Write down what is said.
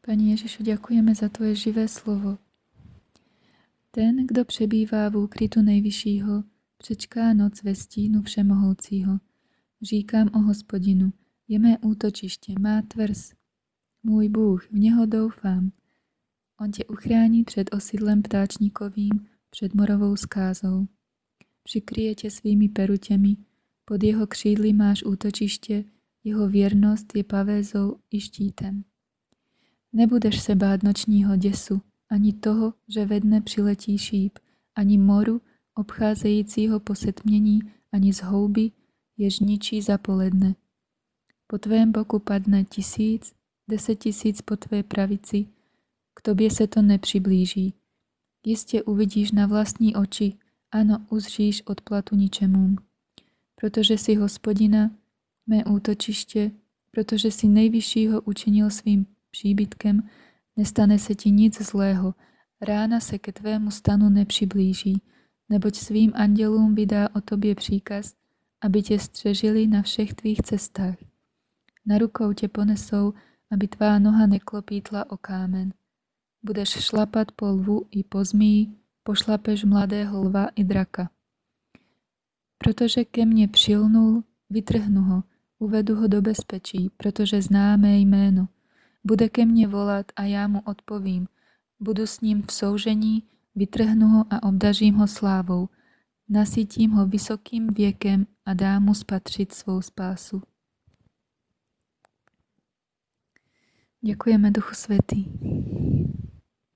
Pani Ježišu, ďakujeme za Tvoje živé slovo. Ten, kdo přebývá v úkrytu Nejvyššího, přečká noc ve stínu Všemohoucího. Říkám o Hospodinu, je mé útočiště, má tvrz. Můj Bůh, v něho doufám. On tě uchrání před osidlem ptáčníkovým, před morovou skázou. Přikryje tě svými perutěmi, pod jeho křídly máš útočiště, jeho věrnost je pavézou i štítem. Nebudeš se bát nočního děsu, ani toho, že ve dne přiletí šíp, ani moru, obcházejícího po setmění, ani z houby, jež ničí za poledne. Po tvém boku padne 1000, 10 000 po tvé pravici, k tobě se to nepřiblíží. Jistě uvidíš na vlastní oči, ano, uzříš odplatu ničemům. Protože si Hospodina, mé útočiště, protože si Nejvyššího učinil svým příbytkem, nestane se ti nic zlého, rána se ke tvému stanu nepřiblíží, neboť svým andělům vydá o tobě příkaz, aby tě střežili na všech tvých cestách. Na rukou tě ponesou, aby tvá noha neklopítla o kámen. Budeš šlapat po lvu i po zmíji, pošlapeš mladého lva i draka. Protože ke mně přilnul, vytrhnu ho, uvedu ho do bezpečí, protože zná mé jméno. Bude ke mně volat a já mu odpovím. Budu s ním v soužení, vytrhnu ho a obdařím ho slávou. Nasytím ho vysokým věkem a dám mu spatřit svou spásu. Děkujeme, Duchu Svätý.